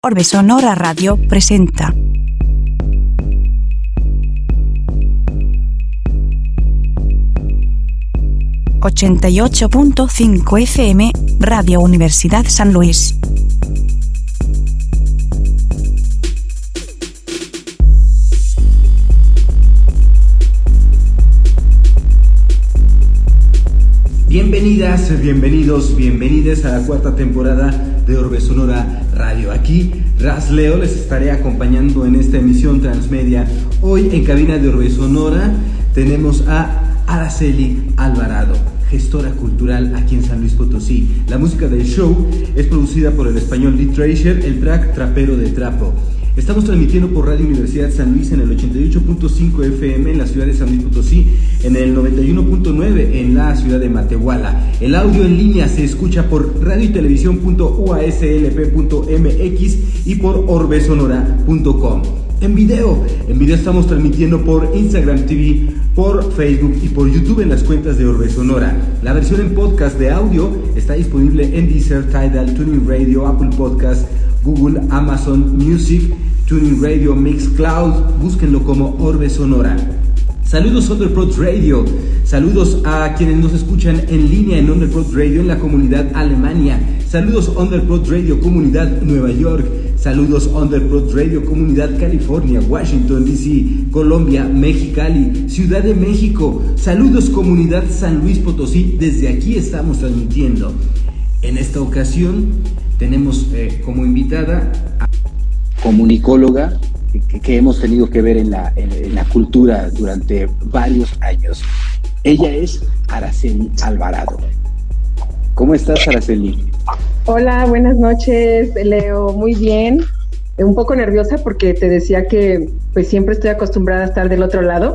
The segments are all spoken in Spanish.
Orbe Sonora Radio presenta ...88.5 FM, Radio Universidad San Luis. Bienvenidas, bienvenidos, bienvenidas a la cuarta temporada de Orbe Sonora Radio. Aquí, Raz Leo, les estaré acompañando en esta emisión transmedia. Hoy en cabina de Orbe Sonora tenemos a Araceli Alvarado, gestora cultural aquí en San Luis Potosí. La música del show es producida por el español Lee Treasure, el track Trapero de Trapo. Estamos transmitiendo por Radio Universidad San Luis en el 88.5 FM en la ciudad de San Luis Potosí, en el 91.9 en la ciudad de Matehuala. El audio en línea se escucha por radioytelevisión.uaslp.mx y por orbesonora.com. En video estamos transmitiendo por Instagram TV, por Facebook y por YouTube en las cuentas de Orbe Sonora. La versión en podcast de audio está disponible en Deezer, Tidal, Tuning Radio, Apple Podcast, Google, Amazon Music, Tuning Radio, Mixcloud. Búsquenlo como Orbe Sonora. Saludos Underprod Radio, saludos a quienes nos escuchan en línea en Underprod Radio en la comunidad Alemania, saludos Underprod Radio comunidad Nueva York, saludos Underprod Radio comunidad California, Washington DC, Colombia, Mexicali, Ciudad de México, saludos comunidad San Luis Potosí. Desde aquí estamos transmitiendo. En esta ocasión tenemos como invitada a comunicóloga que hemos tenido que ver en la cultura durante varios años. Ella es Araceli Alvarado. ¿Cómo estás, Araceli? Hola, buenas noches, Leo. Muy bien. Un poco nerviosa porque te decía que pues siempre estoy acostumbrada a estar del otro lado.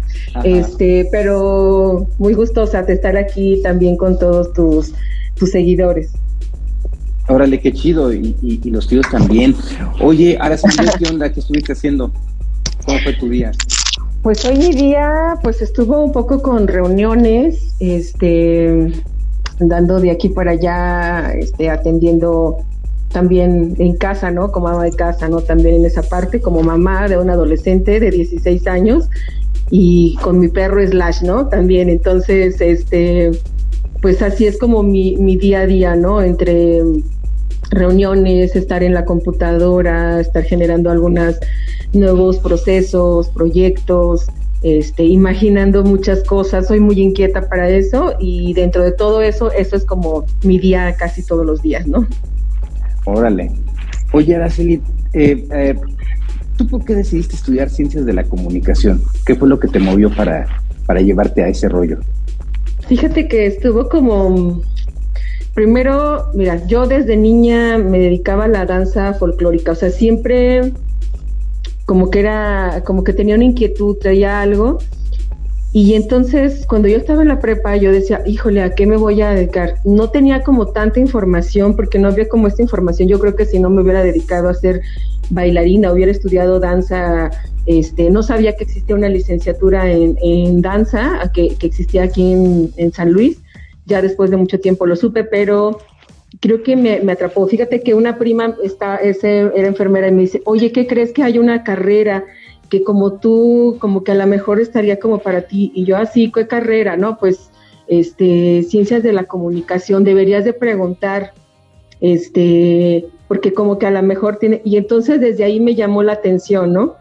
Pero muy gustosa de estar aquí también con todos tus seguidores. Órale, qué chido, y los tíos también. Oye, Araceli, ¿qué onda? ¿Qué estuviste haciendo? ¿Cómo fue tu día? Pues hoy mi día, pues estuvo un poco con reuniones, andando de aquí para allá, atendiendo también en casa, ¿no? Como ama de casa, ¿no? También en esa parte, como mamá de un adolescente de 16 años y con mi perro Slash, ¿no? También, entonces, pues así es como mi día a día, ¿no? Entre reuniones, estar en la computadora, estar generando algunos nuevos procesos, proyectos, imaginando muchas cosas. Soy muy inquieta para eso y dentro de todo eso es como mi día casi todos los días, ¿no? Órale. Oye, Araceli, ¿tú por qué decidiste estudiar Ciencias de la Comunicación? ¿Qué fue lo que te movió para llevarte a ese rollo? Fíjate que estuvo como... Primero, mira, yo desde niña me dedicaba a la danza folclórica, o sea, siempre como que tenía una inquietud, traía algo, y entonces cuando yo estaba en la prepa yo decía, híjole, ¿a qué me voy a dedicar? No tenía como tanta información, porque no había como esta información. Yo creo que si no me hubiera dedicado a ser bailarina, hubiera estudiado danza, no sabía que existía una licenciatura en danza, que existía aquí en San Luis. Ya después de mucho tiempo lo supe, pero creo que me atrapó. Fíjate que una prima era enfermera y me dice, oye, ¿qué crees que hay una carrera que como tú, como que a lo mejor estaría como para ti? Y yo, así, ¿qué carrera? No, pues, Ciencias de la Comunicación, deberías de preguntar, porque como que a lo mejor tiene, y entonces desde ahí me llamó la atención, ¿no?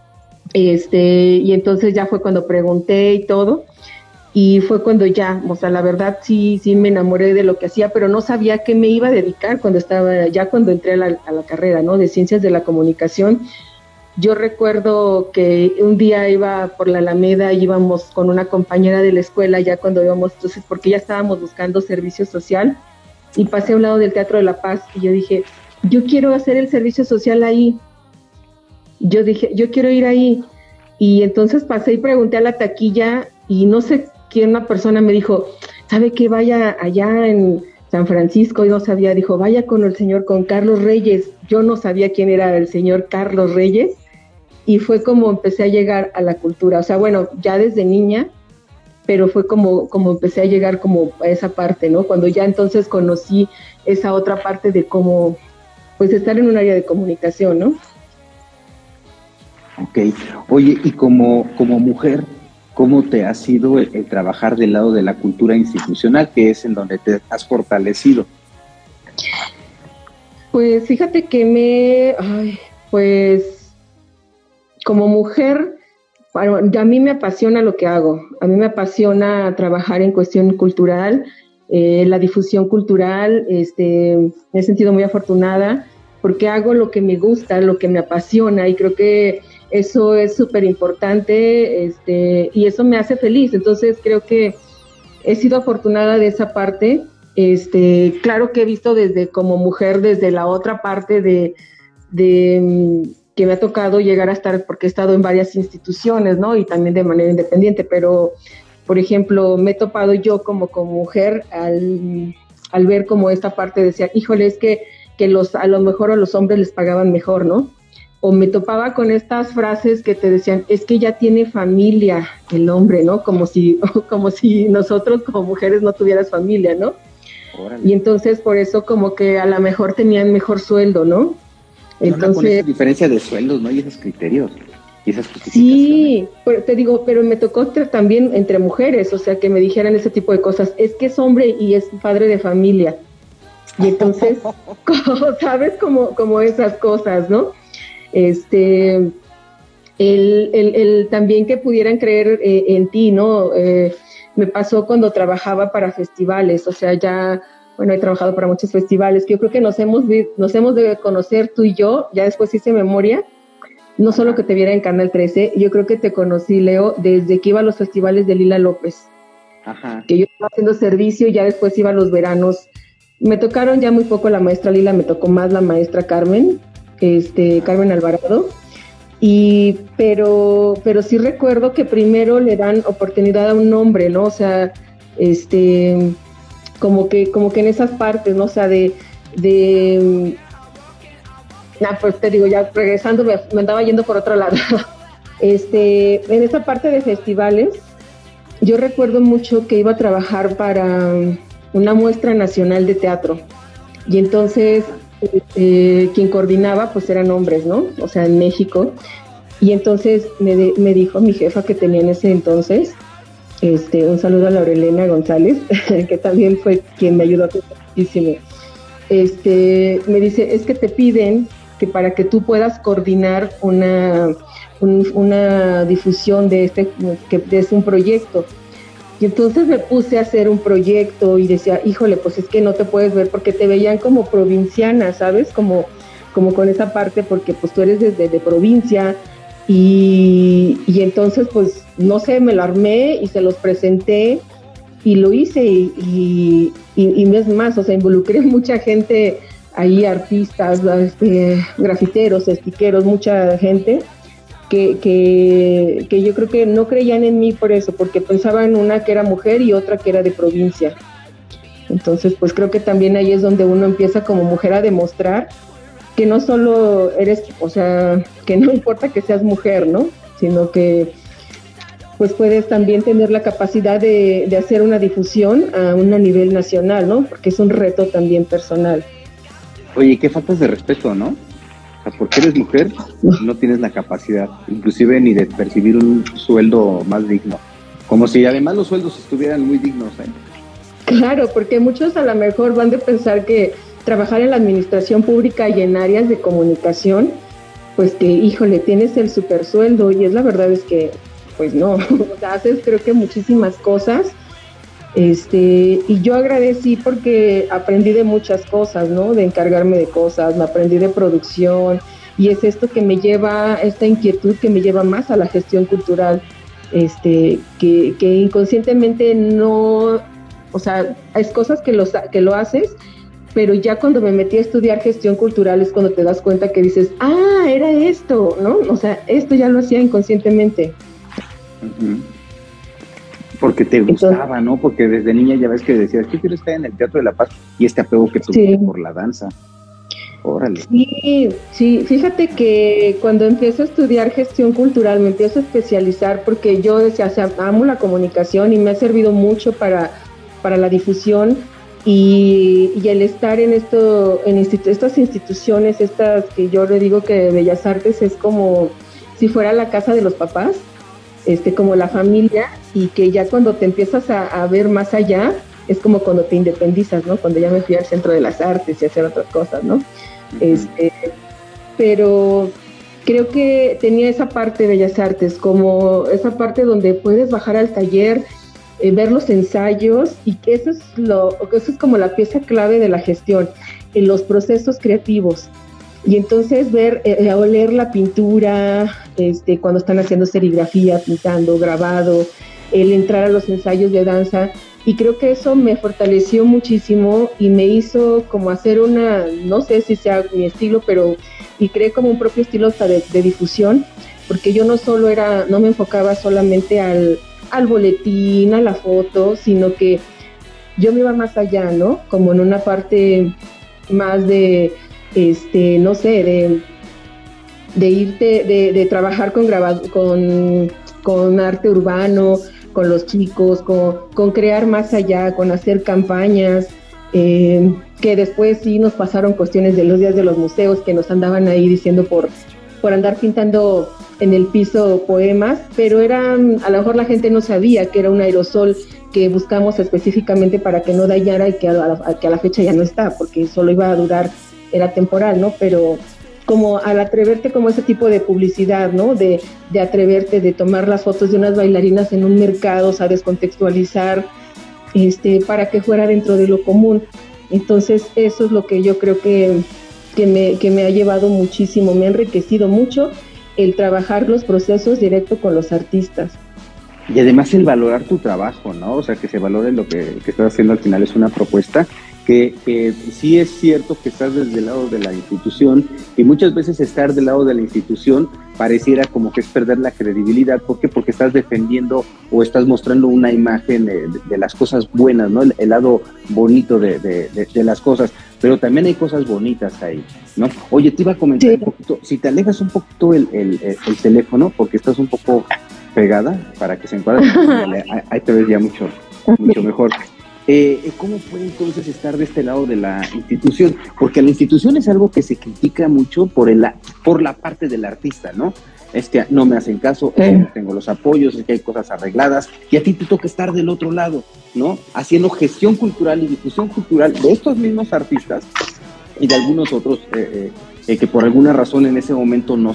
Y entonces ya fue cuando pregunté y todo. Y fue cuando ya, o sea, la verdad sí me enamoré de lo que hacía, pero no sabía qué me iba a dedicar cuando entré a la carrera, ¿no? De Ciencias de la Comunicación. Yo recuerdo que un día iba por la Alameda, íbamos con una compañera de la escuela, ya cuando íbamos, entonces, porque ya estábamos buscando servicio social, y pasé a un lado del Teatro de la Paz, y yo dije, yo quiero hacer el servicio social ahí. Yo dije, yo quiero ir ahí. Y entonces pasé y pregunté a la taquilla, y no sé, que una persona me dijo, ¿sabe qué? Vaya allá en San Francisco, y no sabía, dijo, vaya con Carlos Reyes. Yo no sabía quién era el señor Carlos Reyes, y fue como empecé a llegar a la cultura. O sea, bueno, ya desde niña, pero fue como empecé a llegar como a esa parte, ¿no? Cuando ya entonces conocí esa otra parte de cómo pues estar en un área de comunicación, ¿no? Ok. Oye, y como mujer, ¿cómo te ha sido el trabajar del lado de la cultura institucional, que es en donde te has fortalecido? Pues fíjate que pues como mujer, bueno, a mí me apasiona lo que hago. A mí me apasiona trabajar en cuestión cultural, la difusión cultural. Me he sentido muy afortunada porque hago lo que me gusta, lo que me apasiona, y creo que eso es súper importante, y eso me hace feliz. Entonces creo que he sido afortunada de esa parte. Claro que he visto como mujer, desde la otra parte de que me ha tocado llegar a estar, porque he estado en varias instituciones, ¿no? Y también de manera independiente, pero, por ejemplo, me he topado yo como mujer al ver como esta parte, decía, híjole, es que a lo mejor a los hombres les pagaban mejor, ¿no? O me topaba con estas frases que te decían, es que ya tiene familia el hombre, ¿no? Como si nosotros como mujeres no tuvieras familia, ¿no? Órale. Y entonces por eso como que a lo mejor tenían mejor sueldo, ¿no? Entonces, con esa diferencia de sueldos, ¿no? Y esos criterios y esas justificaciones. Sí, te digo, pero me tocó también entre mujeres, o sea, que me dijeran ese tipo de cosas. Es que es hombre y es padre de familia. Y entonces, ¿sabes? Como esas cosas, ¿no? El también que pudieran creer en ti, ¿no? Me pasó cuando trabajaba para festivales, o sea, ya, bueno, he trabajado para muchos festivales, que yo creo que nos hemos de conocer tú y yo, ya después hice memoria, no solo que te viera en Canal 13, yo creo que te conocí, Leo, desde que iba a los festivales de Lila López. Ajá. Que yo estaba haciendo servicio y ya después iba a los veranos. Me tocaron ya muy poco la maestra Lila, me tocó más la maestra Carmen, Carmen Alvarado. Pero sí recuerdo que primero le dan oportunidad a un hombre, ¿no? O sea, como que en esas partes, ¿no? O sea, pues te digo, ya regresando, me andaba yendo por otro lado. En esa parte de festivales, yo recuerdo mucho que iba a trabajar para una muestra nacional de teatro. Y entonces, quien coordinaba, pues eran hombres, ¿no? O sea, en México. Y entonces me dijo mi jefa que tenía en ese entonces, un saludo a Laurelena González, que también fue quien me ayudó muchísimo. Me dice, es que te piden que para que tú puedas coordinar una difusión de que es un proyecto. Y entonces me puse a hacer un proyecto y decía, híjole, pues es que no te puedes ver porque te veían como provinciana, ¿sabes? Como con esa parte, porque pues tú eres de provincia. Y entonces, pues, no sé, me lo armé y se los presenté y lo hice y es más, o sea, involucré mucha gente ahí, artistas, grafiteros, estiqueros, mucha gente que yo creo que no creían en mí por eso, porque pensaban una que era mujer y otra que era de provincia. Entonces, pues creo que también ahí es donde uno empieza como mujer a demostrar que no solo eres, o sea, que no importa que seas mujer, ¿no? Sino que pues puedes también tener la capacidad de hacer una difusión a un nivel nacional, ¿no? Porque es un reto también personal. Oye, qué faltas de respeto, ¿no? O sea, porque eres mujer, no tienes la capacidad, inclusive ni de percibir un sueldo más digno. Como si además los sueldos estuvieran muy dignos, ¿eh? Claro, porque muchos a lo mejor van de pensar que trabajar en la administración pública y en áreas de comunicación, pues que, híjole, tienes el super sueldo, y la verdad es que, pues no, o sea, haces creo que muchísimas cosas, y yo agradecí porque aprendí de muchas cosas, ¿no? De encargarme de cosas, me aprendí de producción, y es esto que me lleva, esta inquietud que me lleva más a la gestión cultural, que inconscientemente no, o sea, hay cosas que lo haces, pero ya cuando me metí a estudiar gestión cultural es cuando te das cuenta que dices, era esto, ¿no? O sea, esto ya lo hacía inconscientemente. Uh-huh. Porque te gustaba, ¿no? Porque desde niña ya ves que decías, yo quiero estar en el Teatro de la Paz, y este apego que tuviste por la danza. Órale. Sí, fíjate que cuando empiezo a estudiar gestión cultural me empiezo a especializar porque yo decía, o sea, amo la comunicación y me ha servido mucho para la difusión, y el estar en estas instituciones, estas que yo le digo que Bellas Artes es como si fuera la casa de los papás, como la familia, y que ya cuando te empiezas a ver más allá, es como cuando te independizas, ¿no? Cuando ya me fui al Centro de las Artes y hacer otras cosas, ¿no? Pero creo que tenía esa parte de Bellas Artes, como esa parte donde puedes bajar al taller, ver los ensayos, y que eso es como la pieza clave de la gestión, en los procesos creativos. Y entonces oler la pintura, cuando están haciendo serigrafía, pintando, grabado, el entrar a los ensayos de danza, y creo que eso me fortaleció muchísimo y me hizo como hacer no sé si sea mi estilo, y creé como un propio estilo hasta de difusión, porque yo no me enfocaba solamente al boletín, a la foto, sino que yo me iba más allá, ¿no? Como en una parte más de, no sé, de irte, de trabajar con arte urbano, con los chicos, con crear más allá, con hacer campañas, que después sí nos pasaron cuestiones de los días de los museos, que nos andaban ahí diciendo por andar pintando en el piso poemas, pero a lo mejor la gente no sabía que era un aerosol que buscamos específicamente para que no dañara, y que a la fecha ya no está, porque solo iba a durar, era temporal, ¿no? Pero como al atreverte como ese tipo de publicidad, ¿no? De atreverte, de tomar las fotos de unas bailarinas en un mercado, o sea, descontextualizar, para que fuera dentro de lo común. Entonces eso es lo que yo creo que me ha llevado muchísimo, me ha enriquecido mucho el trabajar los procesos directo con los artistas. Y además el valorar tu trabajo, ¿no? O sea, que se valore lo que estás haciendo. Al final es una propuesta que sí es cierto que estás desde el lado de la institución, y muchas veces estar del lado de la institución pareciera como que es perder la credibilidad. ¿Por qué? Porque estás defendiendo o estás mostrando una imagen de las cosas buenas, ¿no? El lado bonito de las cosas, pero también hay cosas bonitas ahí, ¿no? Oye, te iba a comentar un poquito, si te alejas un poquito el teléfono, porque estás un poco pegada para que se encuadre, ahí te ves ya mucho mejor. ¿Cómo puede entonces estar de este lado de la institución? Porque la institución es algo que se critica mucho por la parte del artista, ¿no? Es que no me hacen caso, es que no tengo los apoyos, es que hay cosas arregladas, y a ti te toca estar del otro lado, ¿no? Haciendo gestión cultural y difusión cultural de estos mismos artistas y de algunos otros que por alguna razón en ese momento no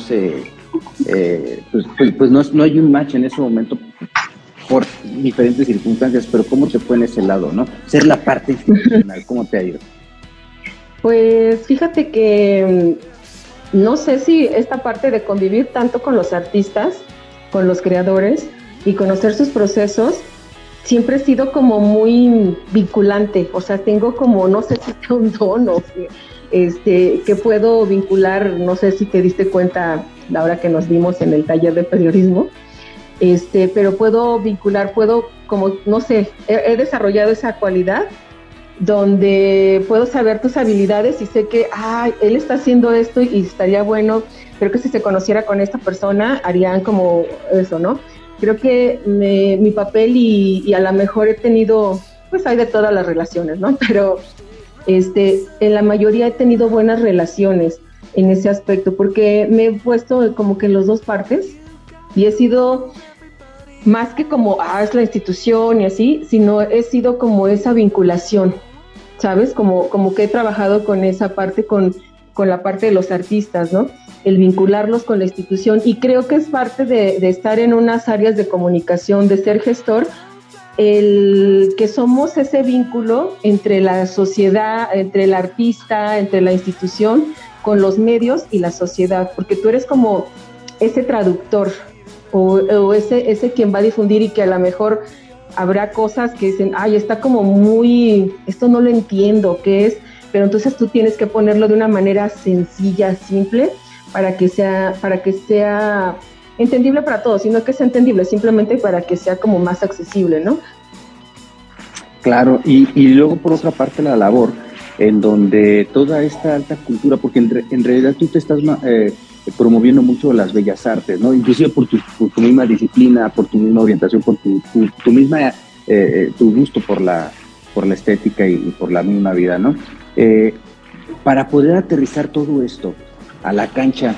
no hay un match en ese momento por diferentes circunstancias. Pero ¿cómo te fue en ese lado, no? Ser la parte institucional, ¿cómo te ha ido? Pues fíjate que no sé si esta parte de convivir tanto con los artistas, con los creadores y conocer sus procesos, siempre he sido como muy vinculante. O sea, tengo como, no sé si es un don o que puedo vincular, no sé si te diste cuenta la hora que nos vimos en el taller de periodismo, pero puedo vincular, como, no sé, he desarrollado esa cualidad donde puedo saber tus habilidades y sé que, él está haciendo esto y estaría bueno, pero que si se conociera con esta persona harían como eso, ¿no? Creo que mi papel y a lo mejor he tenido, pues hay de todas las relaciones, ¿no? Pero en la mayoría he tenido buenas relaciones en ese aspecto, porque me he puesto como que en las dos partes y he sido más que como, es la institución y así, sino he sido como esa vinculación, ¿sabes? Como que he trabajado con esa parte, con la parte de los artistas, ¿no? El vincularlos con la institución, y creo que es parte de estar en unas áreas de comunicación, de ser gestor, el que somos ese vínculo entre la sociedad, entre el artista, entre la institución, con los medios y la sociedad, porque tú eres como ese traductor o ese quien va a difundir, y que a lo mejor habrá cosas que dicen, está como muy, esto no lo entiendo, ¿qué es? Pero entonces tú tienes que ponerlo de una manera sencilla, simple, para que sea entendible para todos, y no que sea entendible, simplemente para que sea como más accesible, ¿no? Claro, y luego por otra parte la labor en donde toda esta alta cultura, porque en realidad tú te estás promoviendo mucho las bellas artes, ¿no? Inclusive por tu misma disciplina, por tu misma orientación, por tu misma tu gusto por la por la estética y por la misma vida, ¿no? Para poder aterrizar todo esto a la cancha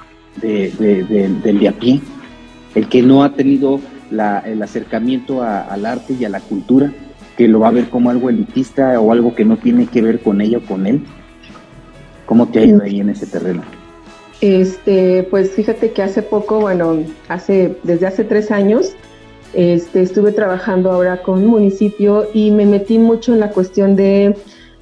del de a pie, el que no ha tenido el acercamiento al arte y a la cultura, que lo va a ver como algo elitista o algo que no tiene que ver con ella o con él. ¿Cómo te ha ido ahí en ese terreno? Pues fíjate que hace poco, desde hace 3 años, estuve trabajando ahora con un municipio y me metí mucho en la cuestión de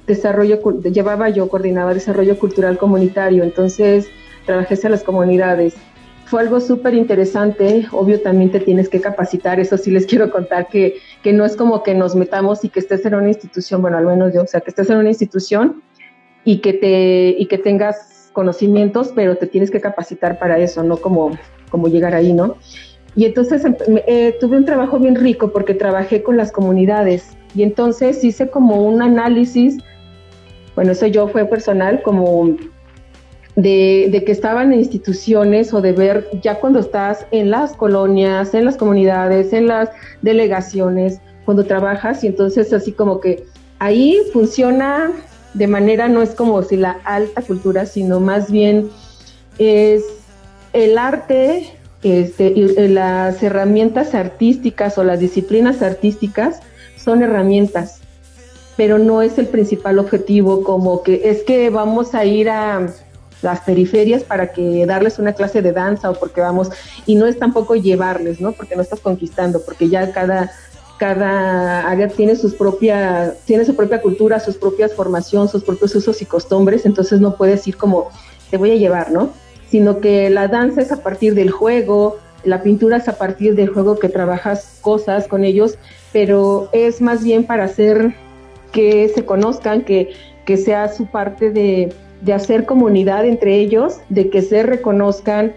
coordinaba desarrollo cultural comunitario, entonces trabajé hacia las comunidades. Fue algo súper interesante, obvio también te tienes que capacitar, eso sí les quiero contar, que no es como que nos metamos y que estés en una institución, bueno, al menos yo, o sea, que estés en una institución y que tengas conocimientos, pero te tienes que capacitar para eso, no como llegar ahí, ¿no? Y entonces tuve un trabajo bien rico porque trabajé con las comunidades y entonces hice como un análisis, bueno, eso fue personal, como de que estaban en instituciones o de ver ya cuando estás en las colonias, en las comunidades, en las delegaciones, cuando trabajas y entonces así como que ahí funciona de manera, no es como si la alta cultura, sino más bien es el arte, y las herramientas artísticas o las disciplinas artísticas son herramientas, pero no es el principal objetivo, como que es que vamos a ir a las periferias para que darles una clase de danza o porque vamos, y no es tampoco llevarles, ¿no? Porque no estás conquistando, porque ya cada área tiene su propia cultura, sus propias formación, sus propios usos y costumbres, entonces no puedes ir como, te voy a llevar, ¿no? Sino que la danza es a partir del juego, la pintura es a partir del juego que trabajas cosas con ellos, pero es más bien para hacer que se conozcan, que sea su parte de hacer comunidad entre ellos, de que se reconozcan,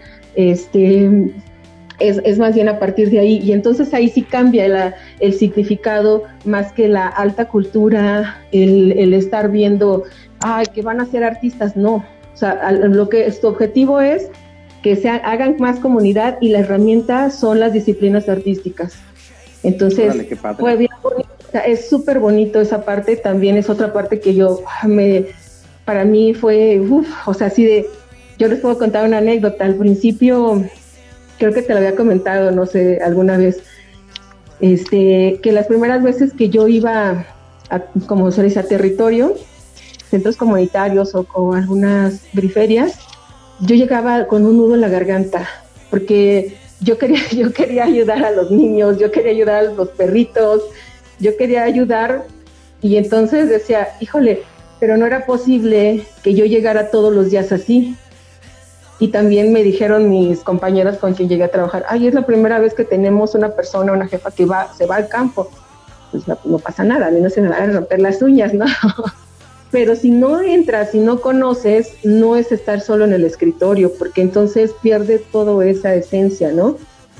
es más bien a partir de ahí, y entonces ahí sí cambia el significado, más que la alta cultura, el estar viendo, que van a ser artistas, no, o sea, lo que su objetivo es que hagan más comunidad y la herramienta son las disciplinas artísticas. Entonces, órale, qué padre. Fue bien bonito, o sea, es súper bonito esa parte, también es otra parte que para mí fue, o sea, así de, yo les puedo contar una anécdota, al principio, creo que te lo había comentado, no sé, alguna vez, que las primeras veces que yo iba como se dice, a territorio, centros comunitarios o algunas periferias, yo llegaba con un nudo en la garganta, porque yo quería ayudar a los niños, yo quería ayudar a los perritos, yo quería ayudar, y entonces decía, híjole, pero no era posible que yo llegara todos los días así. Y también me dijeron mis compañeras con quien llegué a trabajar, es la primera vez que tenemos una persona, una jefa que se va al campo. Pues no pasa nada, a mí no se me van a romper las uñas, ¿no? Pero si no entras, si no conoces, no es estar solo en el escritorio, porque entonces pierde toda esa esencia, ¿no?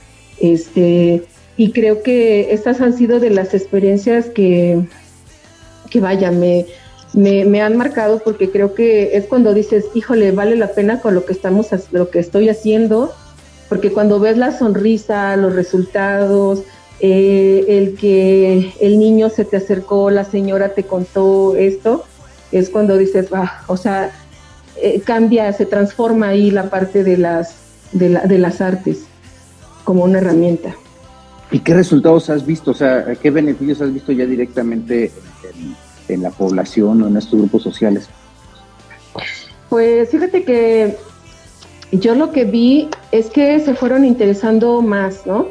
Y creo que estas han sido de las experiencias que vaya, me han marcado, porque creo que es cuando dices, híjole, vale la pena con lo que estoy haciendo, porque cuando ves la sonrisa, los resultados, el que el niño se te acercó, la señora te contó esto, es cuando dices, cambia, se transforma ahí la parte de las artes como una herramienta. ¿Y qué resultados has visto? O sea, ¿qué beneficios has visto ya directamente en la población o en estos grupos sociales? Pues fíjate que yo lo que vi es que se fueron interesando más, ¿no?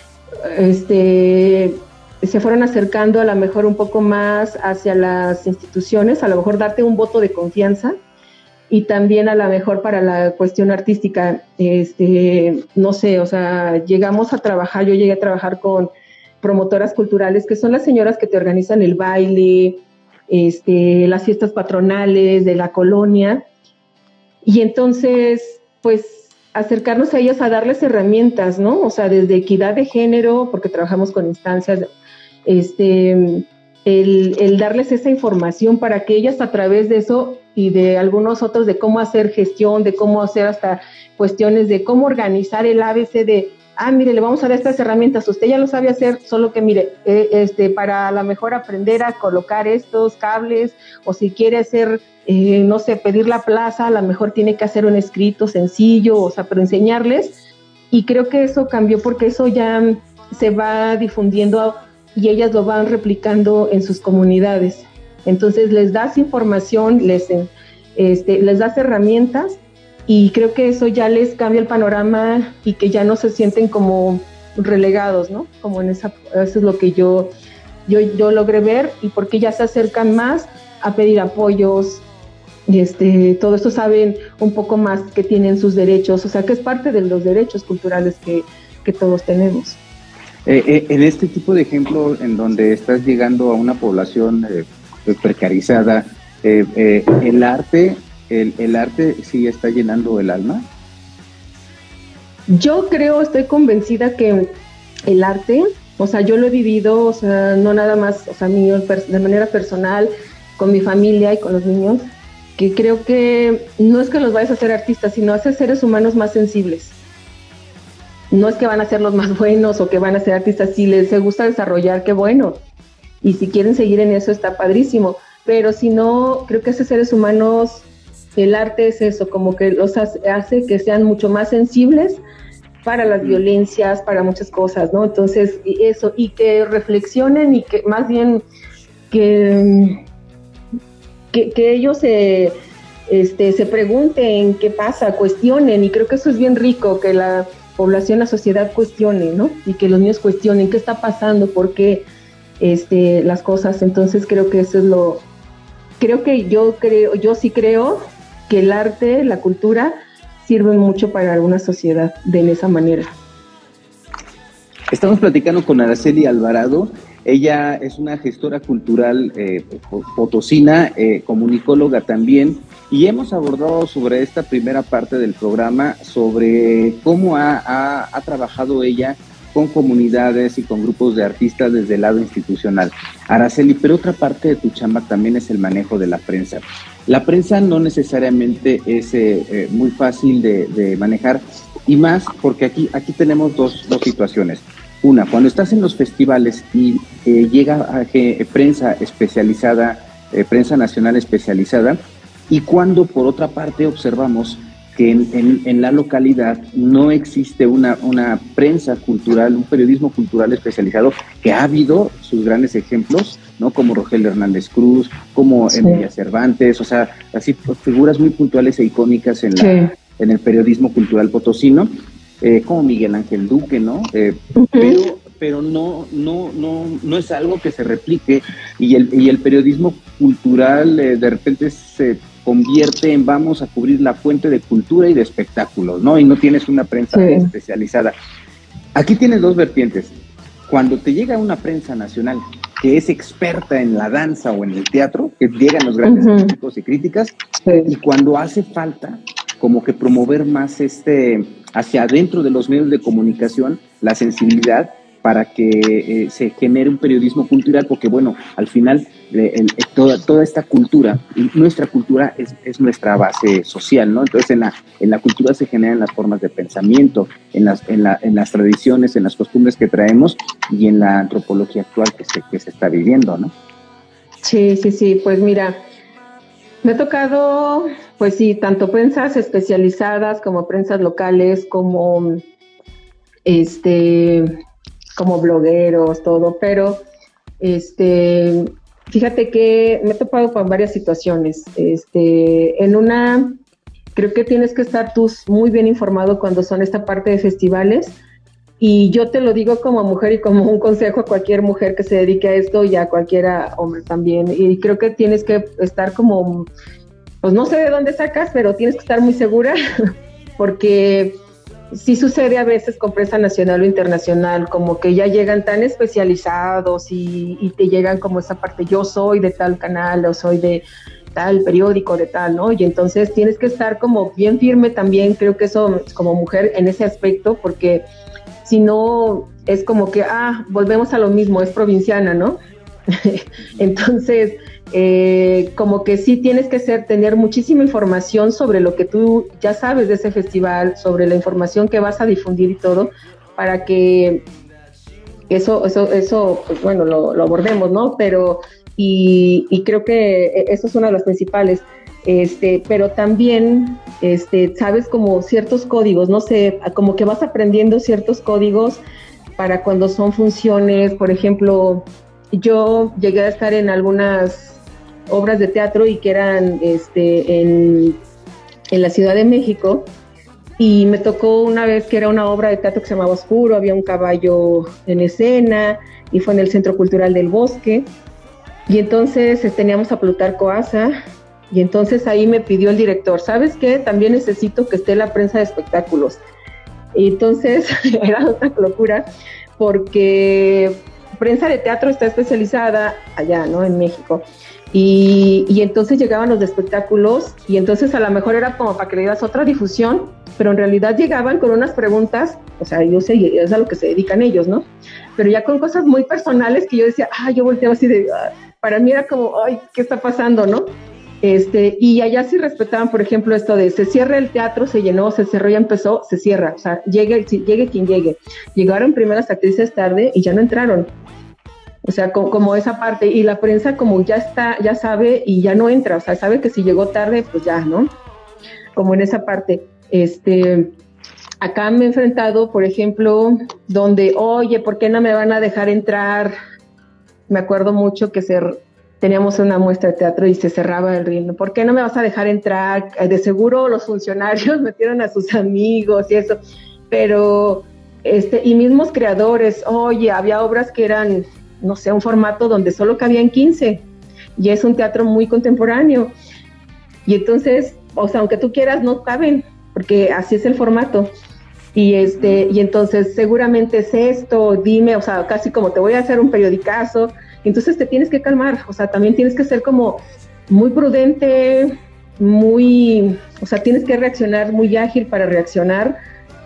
Se fueron acercando a lo mejor un poco más hacia las instituciones, a lo mejor darte un voto de confianza, y también a lo mejor para la cuestión artística, no sé, o sea, yo llegué a trabajar con promotoras culturales, que son las señoras que te organizan el baile, las fiestas patronales de la colonia, y entonces, pues, acercarnos a ellas a darles herramientas, ¿no? O sea, desde equidad de género, porque trabajamos con instancias, el darles esa información para que ellas a través de eso y de algunos otros de cómo hacer gestión, de cómo hacer hasta cuestiones de cómo organizar el ABC de, mire, le vamos a dar estas herramientas, usted ya lo sabe hacer, solo que mire, para a lo mejor aprender a colocar estos cables, o si quiere hacer, no sé, pedir la plaza, a lo mejor tiene que hacer un escrito sencillo, o sea, pero enseñarles, y creo que eso cambió porque eso ya se va difundiendo y ellas lo van replicando en sus comunidades. Entonces les das información, les das herramientas, y creo que eso ya les cambia el panorama y que ya no se sienten como relegados, ¿no? Como eso es lo que yo logré ver, y porque ya se acercan más a pedir apoyos, todo esto saben un poco más que tienen sus derechos, o sea que es parte de los derechos culturales que todos tenemos. En este tipo de ejemplo en donde estás llegando a una población precarizada, el arte sí está llenando el alma. Yo estoy convencida que el arte, o sea, yo lo he vivido, o sea, no nada más, o sea, de manera personal, con mi familia y con los niños, que creo que no es que los vayas a hacer artistas, sino hacer seres humanos más sensibles. No es que van a ser los más buenos o que van a ser artistas, si les gusta desarrollar, qué bueno. Y si quieren seguir en eso, está padrísimo. Pero si no, creo que hacer seres humanos, el arte es eso, como que los hace que sean mucho más sensibles para las violencias, para muchas cosas, ¿no? Entonces, eso, y que reflexionen y que más bien que ellos se pregunten qué pasa, cuestionen, y creo que eso es bien rico, que la población, la sociedad cuestione, ¿no? Y que los niños cuestionen qué está pasando, por qué las cosas. Entonces creo que eso es yo sí creo que el arte, la cultura, sirven mucho para una sociedad de esa manera. Estamos platicando con Araceli Alvarado. Ella es una gestora cultural potosina, comunicóloga también, y hemos abordado sobre esta primera parte del programa, sobre cómo ha trabajado ella con comunidades y con grupos de artistas desde el lado institucional. Araceli, pero otra parte de tu chamba también es el manejo de la prensa. La prensa no necesariamente es muy fácil de manejar, y más porque aquí tenemos dos situaciones. Una, cuando estás en los festivales y llega prensa especializada, prensa nacional especializada, y cuando por otra parte observamos que en la localidad no existe una prensa cultural, un periodismo cultural especializado, que ha habido sus grandes ejemplos, ¿no? Como Rogelio Hernández Cruz, como Emilia Cervantes, o sea, así figuras muy puntuales e icónicas en el periodismo cultural potosino, como Miguel Ángel Duque, ¿no? Pero no es algo que se replique, y el periodismo cultural de repente se convierte en vamos a cubrir la fuente de cultura y de espectáculos, ¿no? Y no tienes una prensa especializada. Aquí tienes dos vertientes. Cuando te llega una prensa nacional que es experta en la danza o en el teatro, que llegan los grandes críticos y críticas, y cuando hace falta como que promover más hacia adentro de los medios de comunicación la sensibilidad para que se genere un periodismo cultural, porque bueno, al final toda esta cultura, nuestra cultura es nuestra base social, ¿no? Entonces en la cultura se generan las formas de pensamiento, en las tradiciones, en las costumbres que traemos y en la antropología actual que se está viviendo, ¿no? Sí, pues mira, me ha tocado, pues sí, tanto prensas especializadas como prensas locales, como como blogueros, todo, pero fíjate que me he topado con varias situaciones. En una, creo que tienes que estar tú muy bien informado cuando son esta parte de festivales, y yo te lo digo como mujer y como un consejo a cualquier mujer que se dedique a esto, y a cualquiera hombre también, y creo que tienes que estar como, pues no sé de dónde sacas, pero tienes que estar muy segura, porque sí sucede a veces con prensa nacional o internacional, como que ya llegan tan especializados y te llegan como esa parte, yo soy de tal canal o soy de tal periódico, de tal, ¿no? Y entonces tienes que estar como bien firme también, creo que eso como mujer en ese aspecto, porque si no es como que, volvemos a lo mismo, es provinciana, ¿no? Entonces como que sí tienes que tener muchísima información sobre lo que tú ya sabes de ese festival, sobre la información que vas a difundir y todo, para que eso pues bueno, lo abordemos, ¿no? Pero, y creo que eso es una de las principales. Pero también, sabes como ciertos códigos, no sé, como que vas aprendiendo ciertos códigos para cuando son funciones. Por ejemplo, yo llegué a estar en algunas obras de teatro y que eran en la Ciudad de México, y me tocó una vez que era una obra de teatro que se llamaba Oscuro, había un caballo en escena y fue en el Centro Cultural del Bosque, y entonces teníamos a Plutarco Asa, y entonces ahí me pidió el director, ¿sabes qué? También necesito que esté la prensa de espectáculos. Y entonces era otra locura, porque prensa de teatro está especializada allá, ¿no? En México. Y entonces llegaban los de espectáculos, y entonces a lo mejor era como para que le dieras otra difusión, pero en realidad llegaban con unas preguntas, o sea, yo sé, es a lo que se dedican ellos, ¿no? Pero ya con cosas muy personales que yo decía, yo volteaba así de, para mí era como, ¿qué está pasando, no? Y allá sí respetaban, por ejemplo, esto de se cierra el teatro, se llenó, se cerró, ya empezó, se cierra, o sea, llegue quien llegue. Llegaron primeras actrices tarde y ya no entraron. O sea, como esa parte, y la prensa como ya sabe y ya no entra, o sea, sabe que si llegó tarde, pues ya, ¿no? Como en esa parte. Acá me he enfrentado, por ejemplo, donde, oye, ¿por qué no me van a dejar entrar? Me acuerdo mucho que teníamos una muestra de teatro y se cerraba el ritmo. ¿Por qué no me vas a dejar entrar? De seguro los funcionarios metieron a sus amigos y eso, pero, y mismos creadores, oye, había obras que eran, no sé, un formato donde solo cabían 15, y es un teatro muy contemporáneo, y entonces, o sea, aunque tú quieras, no caben, porque así es el formato, y entonces seguramente es esto, dime, o sea, casi como te voy a hacer un periodicazo, entonces te tienes que calmar, o sea, también tienes que ser como muy prudente, o sea, tienes que reaccionar muy ágil para reaccionar,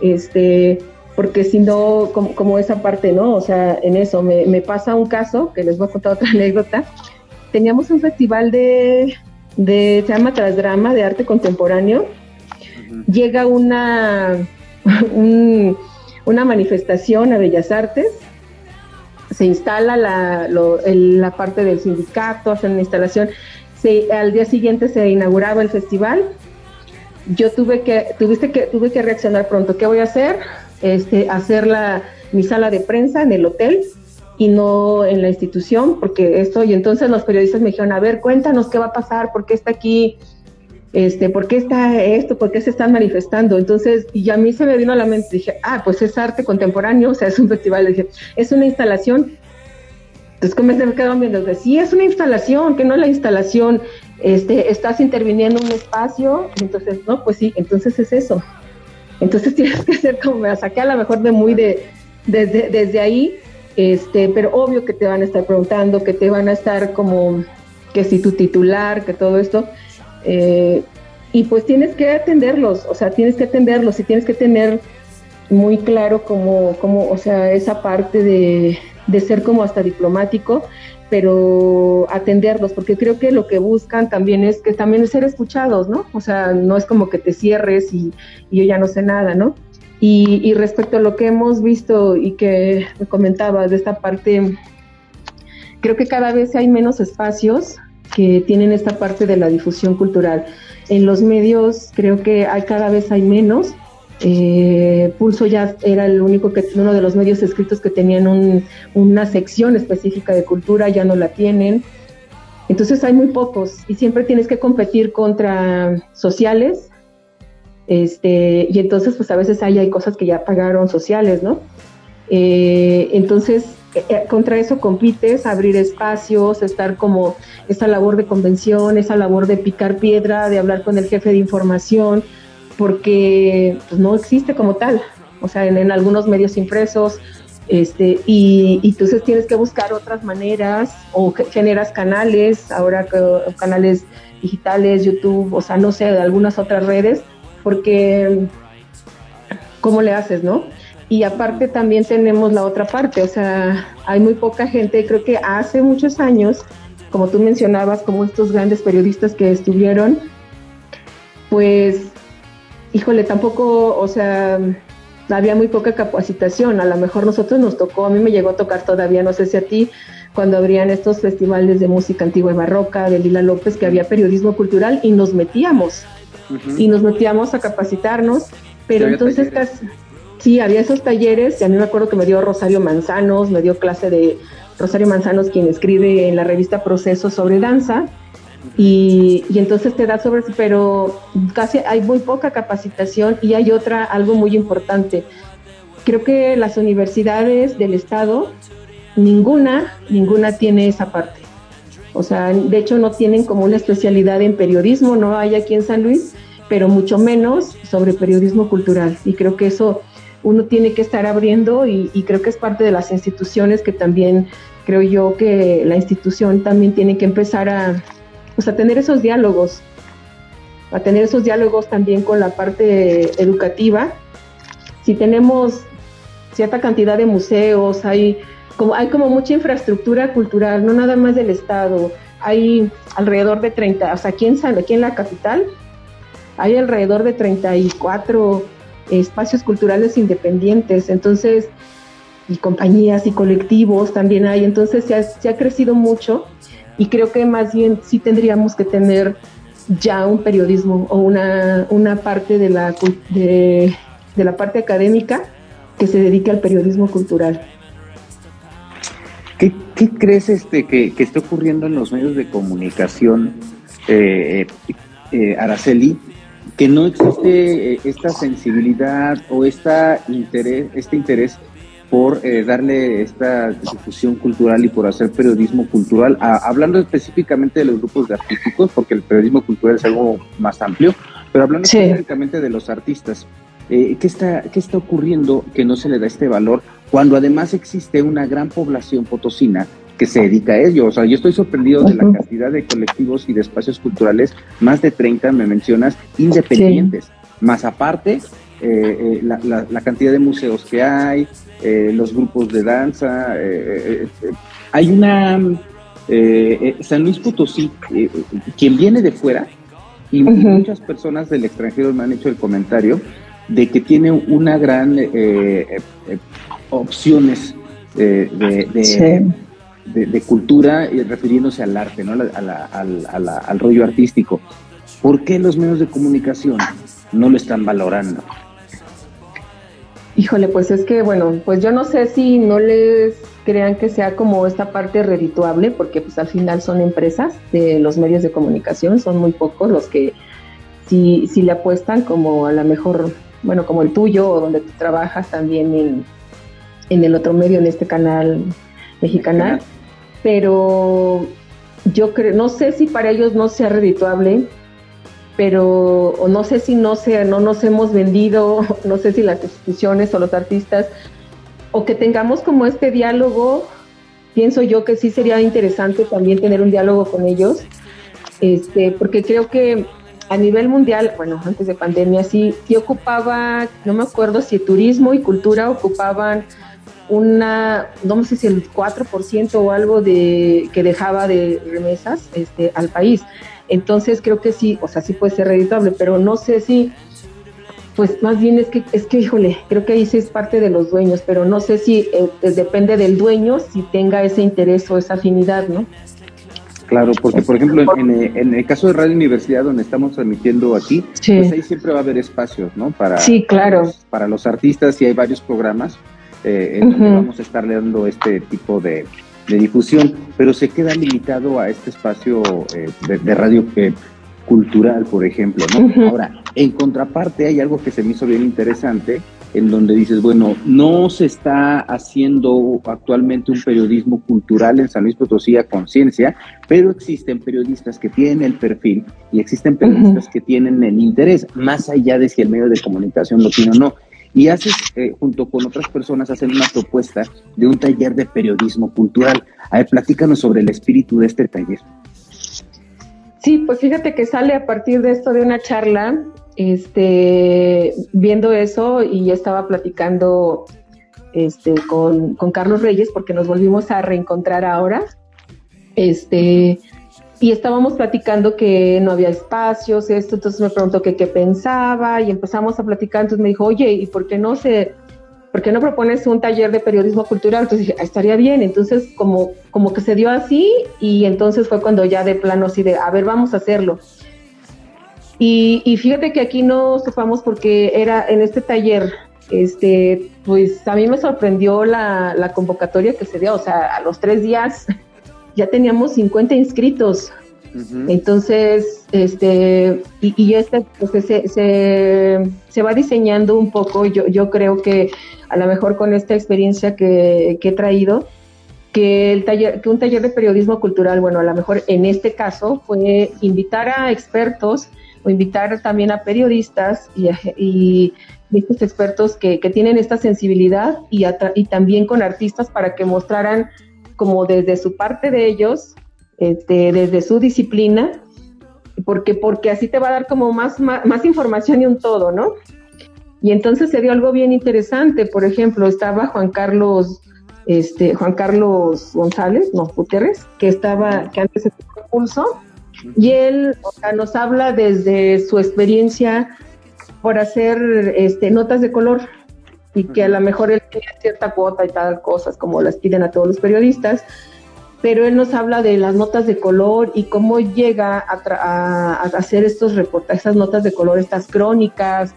porque si no, como esa parte, ¿no? O sea, en eso me pasa un caso, que les voy a contar otra anécdota. Teníamos un festival se llama Trasdrama, de arte contemporáneo. Llega una manifestación a Bellas Artes, se instala la parte del sindicato, hacen una instalación, al día siguiente se inauguraba el festival. Yo tuve que reaccionar pronto. ¿Qué voy a hacer? Hacer mi sala de prensa en el hotel y no en la institución, porque y entonces los periodistas me dijeron, a ver, cuéntanos qué va a pasar, por qué está aquí, por qué está esto, por qué se están manifestando. Entonces, y a mí se me vino a la mente, dije, pues es arte contemporáneo, o sea, es un festival. Le dije, es una instalación. Entonces, ¿cómo se me quedaron viendo? Dije, sí, es una instalación, que no la instalación, estás interviniendo en un espacio. Entonces, no, pues sí, entonces es eso. Entonces tienes que ser como, me saqué a lo mejor desde ahí, pero obvio que te van a estar preguntando, que te van a estar como, que si tu titular, que todo esto, y pues tienes que atenderlos, y tienes que tener muy claro como o sea, esa parte de ser como hasta diplomático, pero atenderlos, porque creo que lo que buscan también es ser escuchados, ¿no? O sea, no es como que te cierres y yo ya no sé nada, ¿no? Y respecto a lo que hemos visto y que me comentabas de esta parte, creo que cada vez hay menos espacios que tienen esta parte de la difusión cultural. En los medios creo que cada vez hay menos. Pulso ya era uno de los medios escritos que tenían una sección específica de cultura, ya no la tienen. Entonces hay muy pocos y siempre tienes que competir contra sociales, y entonces pues a veces hay cosas que ya pagaron sociales, ¿no? Entonces contra eso compites, abrir espacios, estar como esa labor de convención, esa labor de picar piedra, de hablar con el jefe de información, porque pues, no existe como tal, o sea, en algunos medios impresos, y entonces tienes que buscar otras maneras, o generas canales, ahora canales digitales, YouTube, o sea, no sé, de algunas otras redes, porque ¿cómo le haces, no? Y aparte también tenemos la otra parte, o sea, hay muy poca gente, creo que hace muchos años como tú mencionabas, como estos grandes periodistas que estuvieron, pues, híjole, tampoco, o sea, había muy poca capacitación. A lo mejor nosotros nos tocó, a mí me llegó a tocar todavía, no sé si a ti, cuando abrían estos festivales de música antigua y barroca, de Lila López, que había periodismo cultural, y nos metíamos a capacitarnos, pero entonces sí, había esos talleres, y a mí me acuerdo que me dio Rosario Manzanos, me dio clase de Rosario Manzanos, quien escribe en la revista Proceso sobre danza, y entonces te da sobre, pero casi hay muy poca capacitación. Y hay algo muy importante, creo que las universidades del estado, ninguna tiene esa parte, o sea, de hecho no tienen como una especialidad en periodismo, no hay aquí en San Luis, pero mucho menos sobre periodismo cultural, y creo que eso uno tiene que estar abriendo, y creo que es parte de las instituciones que también, creo yo que la institución también tiene que empezar a tener esos diálogos, también con la parte educativa. Si tenemos cierta cantidad de museos, hay como mucha infraestructura cultural, no nada más del estado, hay alrededor de 30, o sea, aquí en la capital, hay alrededor de 34 espacios culturales independientes, entonces, y compañías y colectivos también hay, entonces se ha crecido mucho, y creo que más bien sí tendríamos que tener ya un periodismo o una parte de la parte académica que se dedique al periodismo cultural. ¿Qué crees que está ocurriendo en los medios de comunicación, Araceli? Que no existe esta sensibilidad o este interés por darle esta difusión cultural y por hacer periodismo cultural, hablando específicamente de los grupos de artísticos, porque el periodismo cultural es algo más amplio, pero hablando específicamente de los artistas. ¿Qué está ocurriendo que no se le da este valor cuando además existe una gran población potosina que se dedica a ello? O sea, yo estoy sorprendido de la cantidad de colectivos y de espacios culturales, más de 30 me mencionas, independientes, más aparte la cantidad de museos que hay, los grupos de danza, hay San Luis Potosí, quien viene de fuera, y muchas personas del extranjero me han hecho el comentario de que tiene una gran opciones de cultura, refiriéndose al arte, ¿no? al rollo artístico. ¿Por qué los medios de comunicación no lo están valorando? Híjole, pues es que, bueno, pues yo no sé si no les crean que sea como esta parte redituable, porque pues al final son empresas de los medios de comunicación, son muy pocos los que sí le apuestan, como a lo mejor, bueno, como el tuyo, o donde tú trabajas también en el otro medio, en este canal Mexicanal, pero yo creo, no sé si para ellos no sea redituable, pero o no sé si no nos hemos vendido, no sé si las instituciones o los artistas, o que tengamos como este diálogo. Pienso yo que sí sería interesante también tener un diálogo con ellos, porque creo que a nivel mundial, bueno, antes de pandemia sí ocupaba, no me acuerdo si turismo y cultura ocupaban no sé si el 4% o algo que dejaba de remesas al país. Entonces creo que sí, o sea, sí puede ser redituable, pero no sé si, pues más bien es que híjole, creo que ahí sí es parte de los dueños, pero no sé si depende del dueño si tenga ese interés o esa afinidad, ¿no? Claro, porque por ejemplo en el caso de Radio Universidad, donde estamos transmitiendo aquí, pues ahí siempre va a haber espacios, ¿no? Para los artistas, y hay varios programas en donde vamos a estar dando este tipo de difusión, pero se queda limitado a este espacio de radio cultural, por ejemplo, ¿no? Ahora, en contraparte hay algo que se me hizo bien interesante, en donde dices, bueno, no se está haciendo actualmente un periodismo cultural en San Luis Potosí a conciencia, pero existen periodistas que tienen el perfil y existen periodistas que tienen el interés, más allá de si el medio de comunicación lo tiene o no. Y haces, junto con otras personas, hacen una propuesta de un taller de periodismo cultural. A ver, platícanos sobre el espíritu de este taller. Sí, pues fíjate que sale a partir de esto de una charla, viendo eso, y estaba platicando con Carlos Reyes, porque nos volvimos a reencontrar ahora, Y estábamos platicando que no había espacios, entonces me preguntó que qué pensaba y empezamos a platicar, entonces me dijo, oye, ¿y por qué no propones un taller de periodismo cultural? Entonces dije, estaría bien, entonces como que se dio así y entonces fue cuando ya de plano así de, a ver, vamos a hacerlo. Y fíjate que aquí no sepamos porque era en este taller, pues a mí me sorprendió la convocatoria que se dio, o sea, a los 3 días ya teníamos 50 inscritos. Uh-huh. Entonces, pues se va diseñando un poco. Yo creo que a lo mejor con esta experiencia que he traído, que un taller de periodismo cultural, bueno, a lo mejor en este caso fue invitar a expertos o invitar también a periodistas y estos expertos que tienen esta sensibilidad y también con artistas para que mostraran como desde su parte de ellos, desde su disciplina, porque así te va a dar como más información y un todo, ¿no? Y entonces se dio algo bien interesante. Por ejemplo, estaba Juan Carlos González, Gutiérrez, que antes estuvo en Pulso, y él, o sea, nos habla desde su experiencia por hacer notas de color, y que a lo mejor él tiene cierta cuota y tal, cosas como las piden a todos los periodistas, pero él nos habla de las notas de color y cómo llega a hacer estos reportajes, esas notas de color, estas crónicas,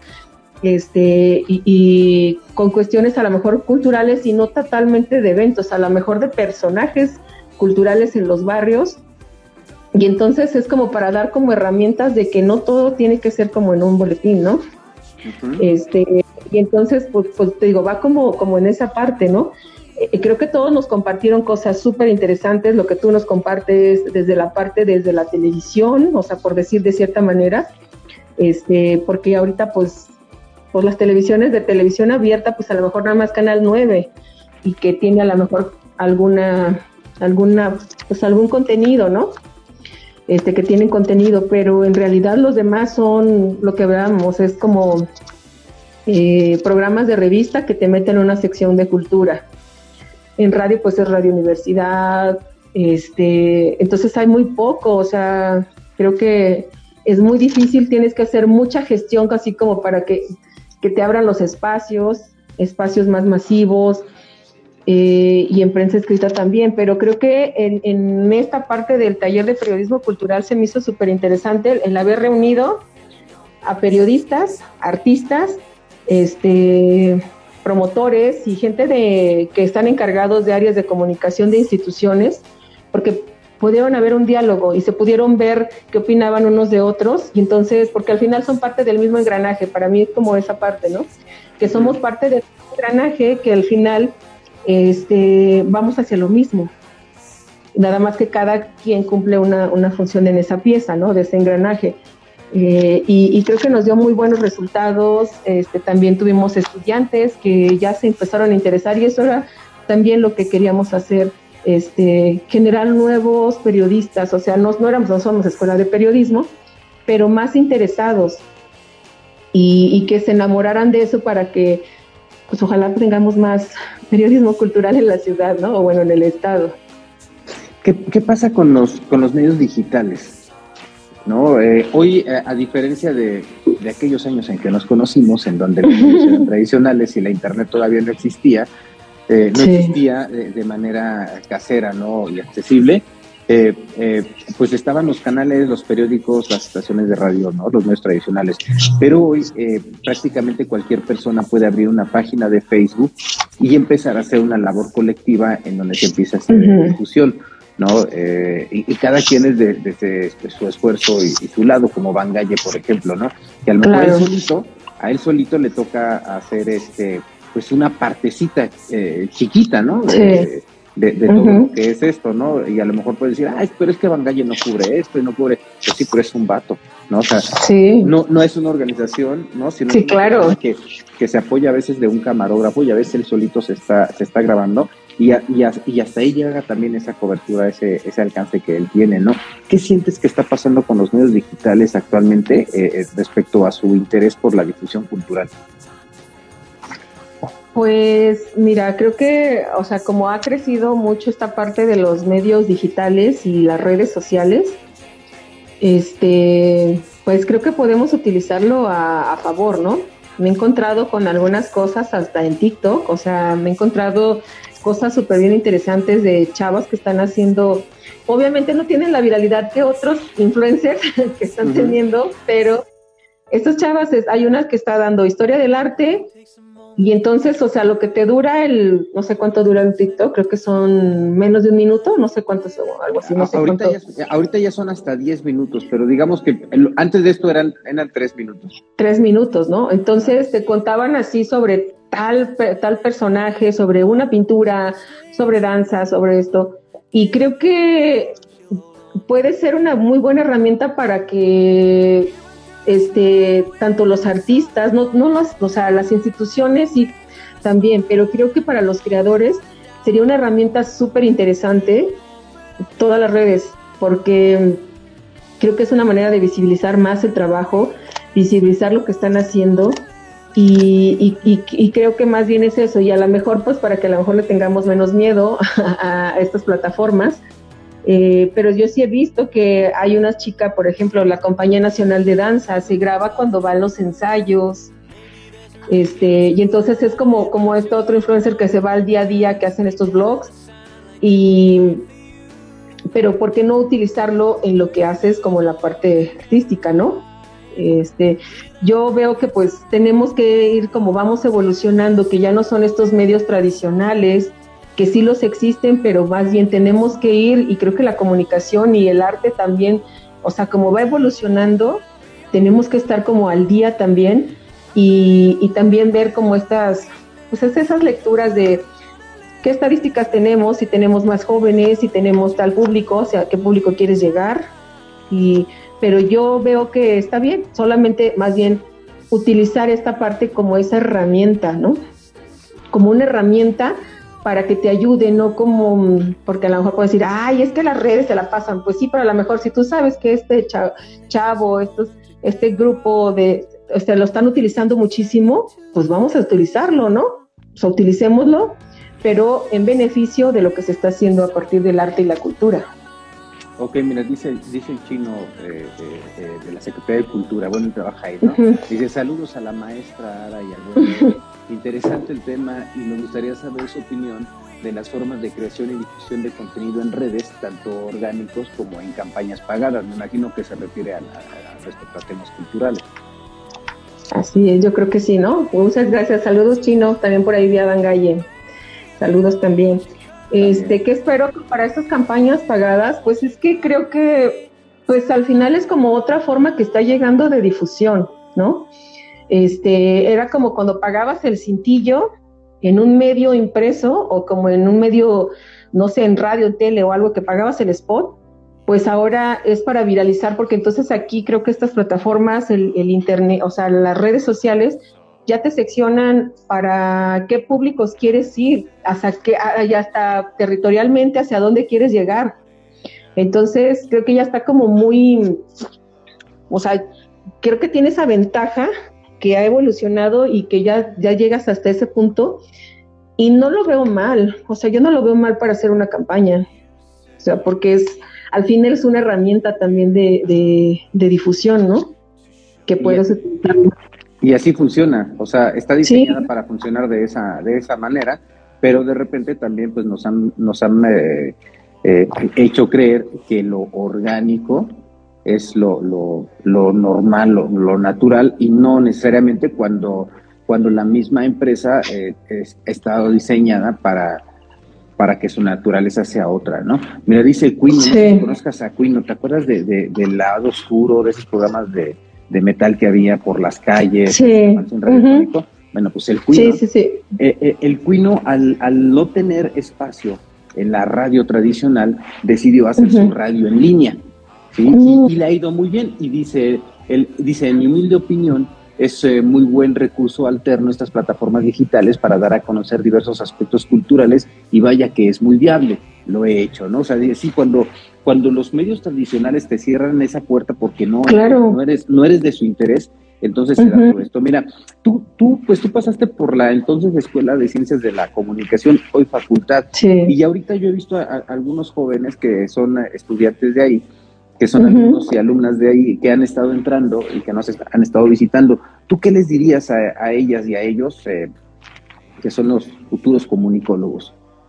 y con cuestiones a lo mejor culturales y no totalmente de eventos, a lo mejor de personajes culturales en los barrios. Y entonces es como para dar como herramientas de que no todo tiene que ser como en un boletín, ¿no? Uh-huh. Y entonces, pues te digo, va como en esa parte, ¿no? Creo que todos nos compartieron cosas súper interesantes, lo que tú nos compartes desde la televisión, o sea, por decir de cierta manera, porque ahorita, pues las televisiones de televisión abierta, pues a lo mejor nada más Canal 9, y que tiene a lo mejor algún contenido, ¿no? Que tienen contenido, pero en realidad los demás son lo que veamos, es como programas de revista que te meten en una sección de cultura. En radio, pues es Radio Universidad, entonces hay muy poco, o sea, creo que es muy difícil, tienes que hacer mucha gestión casi como para que te abran los espacios más masivos, y en prensa escrita también, pero creo que en esta parte del taller de periodismo cultural se me hizo súper interesante el haber reunido a periodistas, artistas, promotores y gente que están encargados de áreas de comunicación de instituciones, porque pudieron haber un diálogo y se pudieron ver qué opinaban unos de otros, y entonces, porque al final son parte del mismo engranaje, para mí es como esa parte, ¿no? Que somos parte del engranaje que al final vamos hacia lo mismo, nada más que cada quien cumple una función en esa pieza, ¿no? De ese engranaje, y creo que nos dio muy buenos resultados. También tuvimos estudiantes que ya se empezaron a interesar, y eso era también lo que queríamos hacer, generar nuevos periodistas, o sea, no somos escuela de periodismo, pero más interesados, y que se enamoraran de eso para que pues ojalá tengamos más periodismo cultural en la ciudad, ¿no? O bueno, en el estado. ¿Qué pasa con los medios digitales? ¿No? Hoy, a diferencia de aquellos años en que nos conocimos, en donde los medios eran tradicionales y la internet todavía no existía, existía de manera casera, ¿no? Y accesible, pues estaban los canales, los periódicos, las estaciones de radio, ¿no? Los medios tradicionales. Pero hoy prácticamente cualquier persona puede abrir una página de Facebook y empezar a hacer una labor colectiva en donde se empieza a hacer difusión, ¿no? Y cada quien es desde su esfuerzo y su lado, como Van Galle, por ejemplo, ¿no? Que a lo mejor a él solito le toca hacer pues una partecita chiquita, ¿no? De todo lo que es esto, ¿no? Y a lo mejor puede decir, pero es que Van Galle no cubre esto y no cubre, pues sí, pero es un vato, ¿no? O sea, no es una organización, ¿no? Sino claro, que se apoya a veces de un camarógrafo, y a veces él solito se está grabando, y hasta ahí llega también esa cobertura, ese alcance que él tiene, ¿no? ¿Qué sientes que está pasando con los medios digitales actualmente respecto a su interés por la difusión cultural? Pues mira, creo que, o sea, como ha crecido mucho esta parte de los medios digitales y las redes sociales, pues creo que podemos utilizarlo a favor, ¿no? Me he encontrado con algunas cosas hasta en TikTok, o sea, me he encontrado cosas súper bien interesantes de chavos que están haciendo, obviamente no tienen la viralidad que otros influencers que están teniendo, pero estas chavas, hay una que está dando historia del arte. Y entonces, o sea, lo que te dura no sé cuánto dura el TikTok, creo que son menos de un minuto, no sé cuánto, algo así, no sé cuánto. Ahorita ya son hasta 10 minutos, pero digamos que antes de esto eran 3 minutos. 3 minutos, ¿no? Entonces te contaban así sobre tal personaje, sobre una pintura, sobre danza, sobre esto. Y creo que puede ser una muy buena herramienta para que tanto los artistas, o sea, las instituciones sí también, pero creo que para los creadores sería una herramienta súper interesante todas las redes, porque creo que es una manera de visibilizar más el trabajo, visibilizar lo que están haciendo y creo que más bien es eso, y a lo mejor pues para que a lo mejor le tengamos menos miedo a estas plataformas. Pero yo sí he visto que hay una chica, por ejemplo, la Compañía Nacional de Danza, se graba cuando van los ensayos, y entonces es como este otro influencer que se va al día a día, que hacen estos vlogs, pero ¿por qué no utilizarlo en lo que haces como la parte artística, no? Yo veo que pues tenemos que ir como vamos evolucionando, que ya no son estos medios tradicionales, que sí los existen, pero más bien tenemos que ir, y creo que la comunicación y el arte también, o sea, como va evolucionando, tenemos que estar como al día también, y también ver como esas lecturas de qué estadísticas tenemos, si tenemos más jóvenes, si tenemos tal público, o sea, a qué público quieres llegar, pero yo veo que está bien, solamente más bien utilizar esta parte como esa herramienta, ¿no? Como una herramienta para que te ayude, no como, porque a lo mejor puedes decir, ay, es que las redes se la pasan, pues sí, pero a lo mejor si tú sabes que este chavo, este grupo lo están utilizando muchísimo, pues vamos a utilizarlo, ¿no? O sea, utilicémoslo, pero en beneficio de lo que se está haciendo a partir del arte y la cultura. Ok, mira, dice el chino de la Secretaría de Cultura, bueno, él trabaja ahí, ¿no? Dice, saludos a la maestra Ara y al interesante el tema, y me gustaría saber su opinión de las formas de creación y difusión de contenido en redes, tanto orgánicos como en campañas pagadas. Me imagino que se refiere respecto a temas culturales. Así es, yo creo que sí, ¿no? Muchas gracias, saludos chino, también por ahí de Adán Galle, saludos también. ¿Qué espero para estas campañas pagadas? Pues es que creo que pues al final es como otra forma que está llegando de difusión, ¿no? Era como cuando pagabas el cintillo en un medio impreso o como en un medio, no sé, en radio, tele o algo, que pagabas el spot, pues ahora es para viralizar, porque entonces aquí creo que estas plataformas, el internet, o sea, las redes sociales, ya te seccionan para qué públicos quieres ir, hasta territorialmente hacia dónde quieres llegar. Entonces creo que ya está como muy, o sea, creo que tiene esa ventaja que ha evolucionado y que ya llegas hasta ese punto, y no lo veo mal, o sea, yo no lo veo mal para hacer una campaña, o sea, porque al fin es una herramienta también de difusión, ¿no? Que puedes utilizar. Y así funciona, o sea, está diseñada para funcionar de esa manera, pero de repente también pues nos han hecho creer que lo orgánico es lo normal, lo natural, y no necesariamente cuando la misma empresa ha estado diseñada para que su naturaleza sea otra, ¿no? Mira, dice Quino, no sé si conozcas a Quino, ¿te acuerdas del lado oscuro, de esos programas de metal que había por las calles? Sí. Bueno, pues el Quino, el Quino al no tener espacio en la radio tradicional, decidió hacer su radio en línea, ¿sí? Y le ha ido muy bien, y dice, en mi humilde opinión, es muy buen recurso alterno estas plataformas digitales para dar a conocer diversos aspectos culturales, y vaya que es muy viable, lo he hecho, ¿no? O sea, sí, cuando los medios tradicionales te cierran esa puerta porque no eres de su interés, entonces se da todo esto. Mira, tú pasaste por la entonces Escuela de Ciencias de la Comunicación, hoy facultad, y ahorita yo he visto a algunos jóvenes que son estudiantes de ahí, que son alumnos y alumnas de ahí, que han estado entrando y que nos han estado visitando. ¿Tú qué les dirías a ellas y a ellos que son los futuros comunicólogos?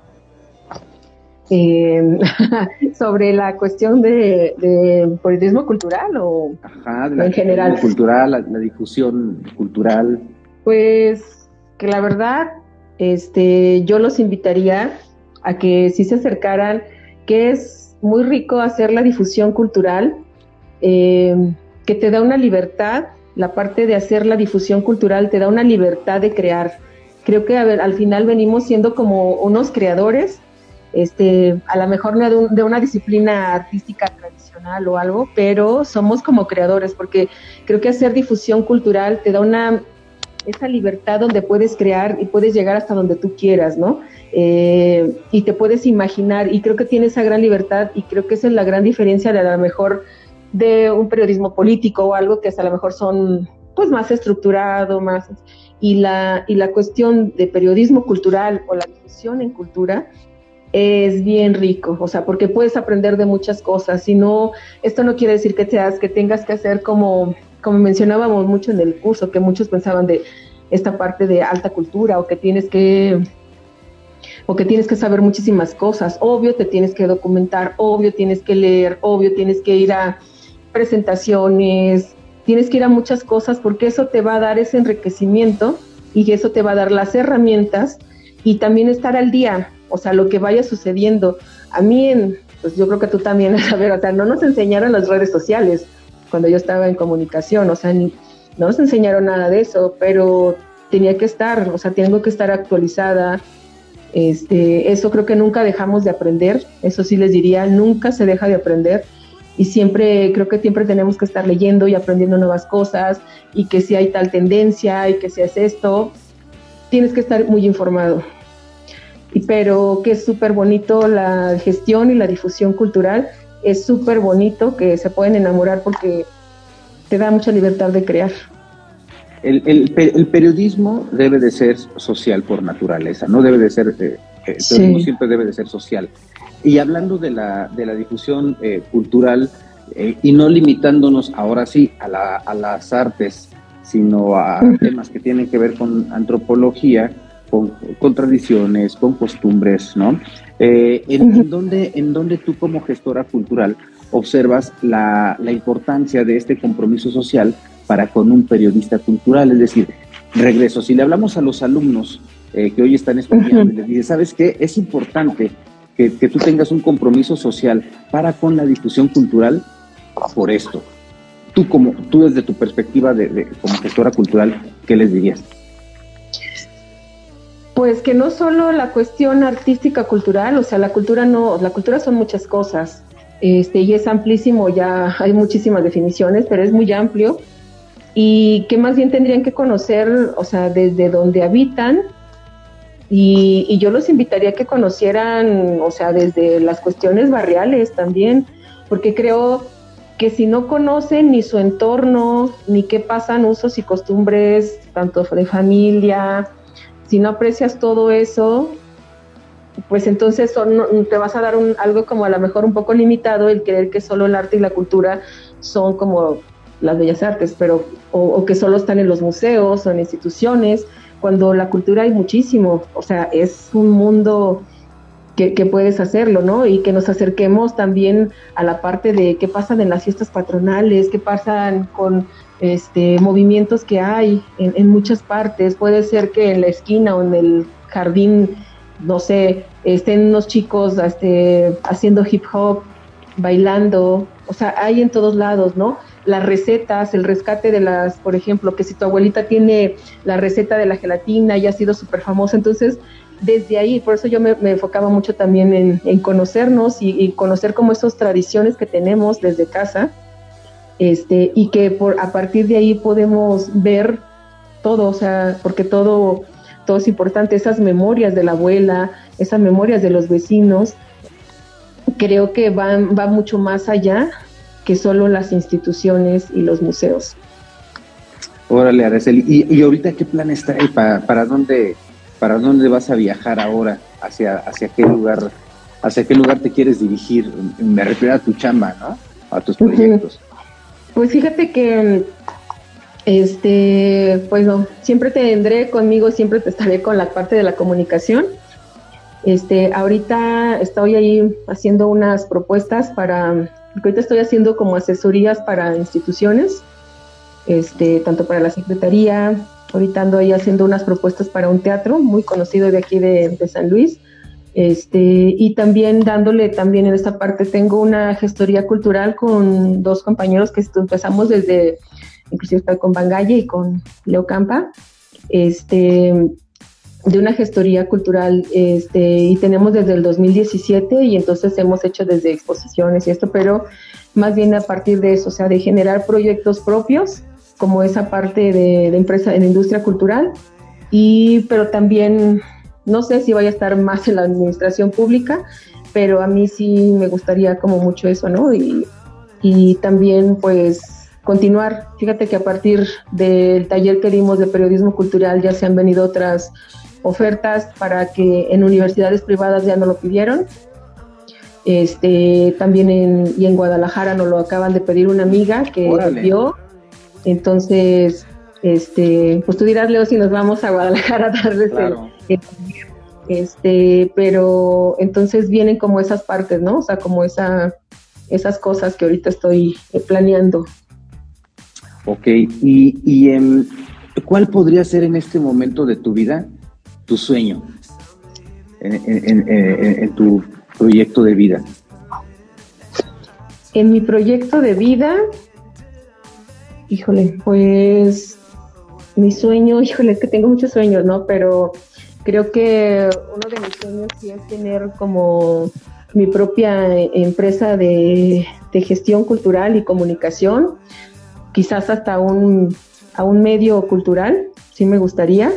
Sobre la cuestión de periodismo cultural o en general cultural, la difusión cultural. Pues que la verdad yo los invitaría a que sí se acercaran, que es muy rico hacer la difusión cultural, que te da una libertad. La parte de hacer la difusión cultural te da una libertad de crear. Creo que al final venimos siendo como unos creadores, a lo mejor no de una disciplina artística tradicional o algo, pero somos como creadores, porque creo que hacer difusión cultural te da esa libertad donde puedes crear y puedes llegar hasta donde tú quieras, ¿no? Y te puedes imaginar, y creo que tiene esa gran libertad, y creo que esa es la gran diferencia de a lo mejor de un periodismo político o algo que a lo mejor son pues más estructurado, más, y la cuestión de periodismo cultural o la difusión en cultura es bien rico, o sea, porque puedes aprender de muchas cosas. Y no, esto no quiere decir que tengas que hacer como mencionábamos mucho en el curso, que muchos pensaban de esta parte de alta cultura, o que tienes que saber muchísimas cosas. Obvio te tienes que documentar, obvio tienes que leer, obvio tienes que ir a presentaciones, tienes que ir a muchas cosas, porque eso te va a dar ese enriquecimiento y eso te va a dar las herramientas, y también estar al día, o sea, lo que vaya sucediendo. A mí, pues yo creo que tú también, a ver, o sea, no nos enseñaron las redes sociales cuando yo estaba en comunicación, o sea, no nos enseñaron nada de eso, pero tenía que estar, o sea, tengo que estar actualizada. Eso creo que nunca dejamos de aprender, eso sí les diría, nunca se deja de aprender, y creo que siempre tenemos que estar leyendo y aprendiendo nuevas cosas, y que si hay tal tendencia y que si es esto, tienes que estar muy informado. Pero que es súper bonito la gestión y la difusión cultural, es súper bonito, que se pueden enamorar porque te da mucha libertad de crear. El periodismo debe de ser social por naturaleza, no debe de ser, el periodismo siempre debe de ser social. Y hablando de la difusión cultural, y no limitándonos ahora sí a las artes, sino a temas que tienen que ver con antropología, con tradiciones, con costumbres, ¿no? ¿En dónde tú como gestora cultural observas la importancia de este compromiso social para con un periodista cultural? Es decir, regreso, si le hablamos a los alumnos que hoy están estudiando y les dices, ¿sabes qué? Es importante que tú tengas un compromiso social para con la difusión cultural por esto. Tú desde tu perspectiva como gestora cultural, ¿qué les dirías? Pues que no solo la cuestión artística cultural, o sea, la cultura son muchas cosas, y es amplísimo, ya hay muchísimas definiciones, pero es muy amplio, y que más bien tendrían que conocer, o sea, desde donde habitan, y yo los invitaría a que conocieran, o sea, desde las cuestiones barriales también, porque creo que si no conocen ni su entorno, ni qué pasan usos y costumbres, tanto de familia, si no aprecias todo eso, pues entonces te vas a dar algo como a lo mejor un poco limitado, el creer que solo el arte y la cultura son como las bellas artes, pero o que solo están en los museos o en instituciones, cuando la cultura hay muchísimo, o sea, es un mundo que puedes hacerlo, ¿no? Y que nos acerquemos también a la parte de qué pasan en las fiestas patronales, qué pasan con movimientos que hay en muchas partes. Puede ser que en la esquina o en el jardín, no sé, estén unos chicos haciendo hip hop, bailando, o sea, hay en todos lados, ¿no? Las recetas, el rescate de por ejemplo, que si tu abuelita tiene la receta de la gelatina y ha sido súper famosa, entonces desde ahí, por eso yo me enfocaba mucho también en conocernos y conocer como esas tradiciones que tenemos desde casa, y que a partir de ahí podemos ver todo, o sea, porque todo es importante, esas memorias de la abuela, esas memorias de los vecinos, creo que va mucho más allá que solo las instituciones y los museos. Órale, Araceli. ¿Y ahorita qué planes trae? ¿Para dónde vas a viajar ahora? ¿Hacia qué lugar te quieres dirigir? Me refiero a tu chamba, ¿no? A tus proyectos. Pues fíjate que pues no, siempre te tendré conmigo, siempre te estaré con la parte de la comunicación. Ahorita estoy ahí haciendo unas propuestas porque ahorita estoy haciendo como asesorías para instituciones, tanto para la Secretaría. Ahorita ando ahí haciendo unas propuestas para un teatro muy conocido de aquí de San Luis, y también dándole también en esta parte, tengo una gestoría cultural con 2 compañeros que empezamos desde, inclusive estoy con Bangalle y con Leo Campa, de una gestoría cultural, y tenemos desde el 2017, y entonces hemos hecho desde exposiciones y esto, pero más bien a partir de eso, o sea, de generar proyectos propios, como esa parte de empresa en industria cultural, pero también no sé si vaya a estar más en la administración pública, pero a mí sí me gustaría como mucho eso, ¿no? Y también pues continuar. Fíjate que a partir del taller que dimos de periodismo cultural ya se han venido otras ofertas para que en universidades privadas ya no lo pidieron. También en Guadalajara nos lo acaban de pedir una amiga que vio. Entonces, pues tú dirás, Leo, si nos vamos a Guadalajara a darles claro. Pero entonces vienen como esas partes, ¿no? O sea, como esas cosas que ahorita estoy planeando. Ok, y ¿cuál podría ser en este momento de tu vida tu sueño en tu proyecto de vida? En mi proyecto de vida, híjole, pues mi sueño, híjole, es que tengo muchos sueños, ¿no? Pero creo que uno de mis sueños sí es tener como mi propia empresa de gestión cultural y comunicación, quizás hasta a un medio cultural, sí me gustaría,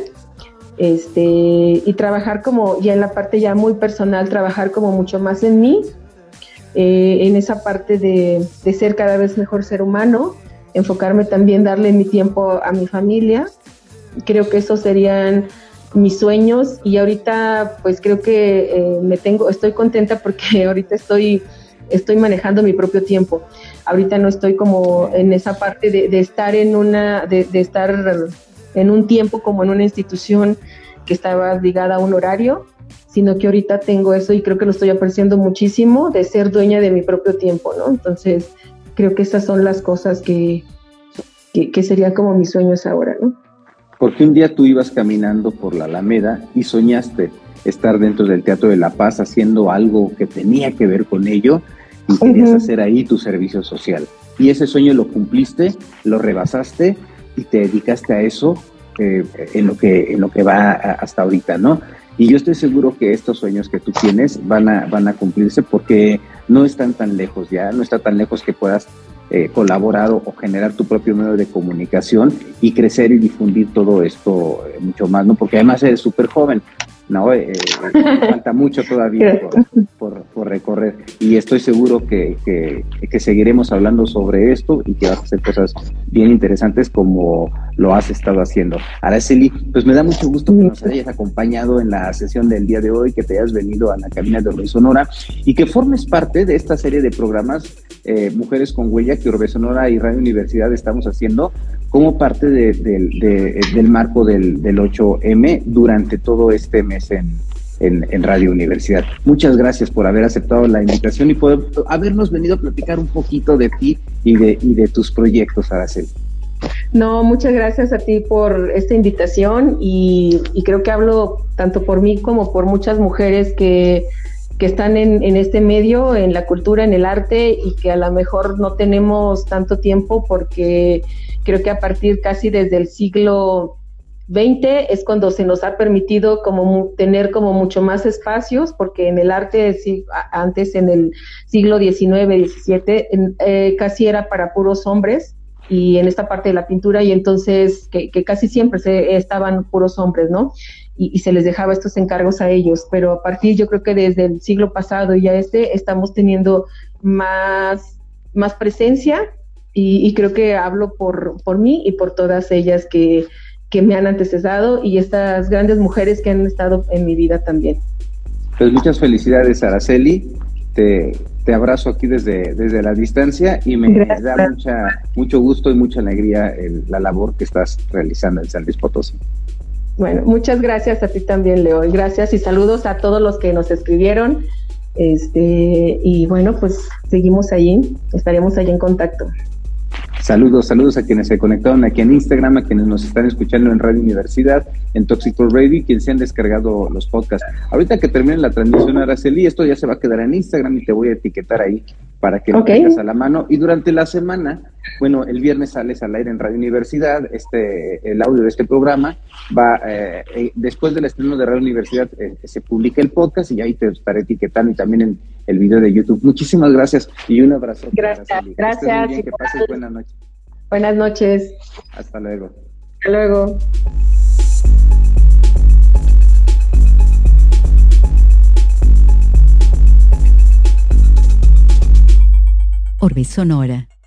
y trabajar como, ya en la parte ya muy personal, trabajar como mucho más en mí, en esa parte de ser cada vez mejor ser humano, enfocarme también, darle mi tiempo a mi familia. Creo que esos serían mis sueños, y ahorita pues creo que estoy contenta porque ahorita estoy manejando mi propio tiempo. Ahorita no estoy como en esa parte de estar de estar en un tiempo como en una institución que estaba ligada a un horario, sino que ahorita tengo eso y creo que lo estoy apreciando muchísimo, de ser dueña de mi propio tiempo, ¿no? Entonces creo que esas son las cosas que serían como mis sueños ahora, ¿no? Porque un día tú ibas caminando por la Alameda y soñaste estar dentro del Teatro de la Paz haciendo algo que tenía que ver con ello, y querías hacer ahí tu servicio social. Y ese sueño lo cumpliste, lo rebasaste y te dedicaste a eso en lo que va hasta ahorita, ¿no? Y yo estoy seguro que estos sueños que tú tienes van a cumplirse, porque no están tan lejos ya, no está tan lejos que puedas colaborar o generar tu propio medio de comunicación y crecer y difundir todo esto mucho más, ¿no? Porque además eres súper joven, ¿no? Falta mucho todavía por recorrer, y estoy seguro que seguiremos hablando sobre esto y que vas a hacer cosas bien interesantes como lo has estado haciendo. Araceli, pues me da mucho gusto que nos hayas acompañado en la sesión del día de hoy, que te hayas venido a la cabina de Orbe Sonora y que formes parte de esta serie de programas Mujeres con Huella que Orbe Sonora y Radio Universidad estamos haciendo como parte del marco del 8M durante todo este mes en Radio Universidad. Muchas gracias por haber aceptado la invitación y por habernos venido a platicar un poquito de ti y de tus proyectos, Araceli. No, muchas gracias a ti por esta invitación, y creo que hablo tanto por mí como por muchas mujeres que están en este medio, en la cultura, en el arte, y que a lo mejor no tenemos tanto tiempo, porque creo que a partir casi desde el siglo XX es cuando se nos ha permitido como tener como mucho más espacios, porque en el arte, sí, antes en el siglo XIX, XVII, casi era para puros hombres, y en esta parte de la pintura, y entonces que casi siempre estaban puros hombres, ¿no? Y se les dejaba estos encargos a ellos, pero a partir, yo creo que desde el siglo pasado y ya estamos teniendo más presencia, y creo que hablo por mí y por todas ellas que me han antecesado y estas grandes mujeres que han estado en mi vida también. Pues muchas felicidades, Araceli. Te abrazo aquí desde la distancia y me da mucho gusto y mucha alegría la labor que estás realizando en San Luis Potosí. Bueno, muchas gracias a ti también, Leo. Gracias y saludos a todos los que nos escribieron. Y bueno, pues seguimos allí, estaremos allí en contacto. Saludos a quienes se conectaron aquí en Instagram, a quienes nos están escuchando en Radio Universidad, en Toxic Talk Radio y quienes se han descargado los podcasts. Ahorita que termine la transmisión, Araceli, esto ya se va a quedar en Instagram y te voy a etiquetar ahí para que lo tengas a la mano. Y durante la semana, bueno, el viernes sales al aire en Radio Universidad, el audio de este programa va, después del estreno de Radio Universidad, se publica el podcast y ahí te estaré etiquetando y también en el video de YouTube. Muchísimas gracias y un abrazo. Gracias. Muy bien, que pases buenas noches. Buenas noches. Hasta luego. Hasta luego. Orbe Sonora.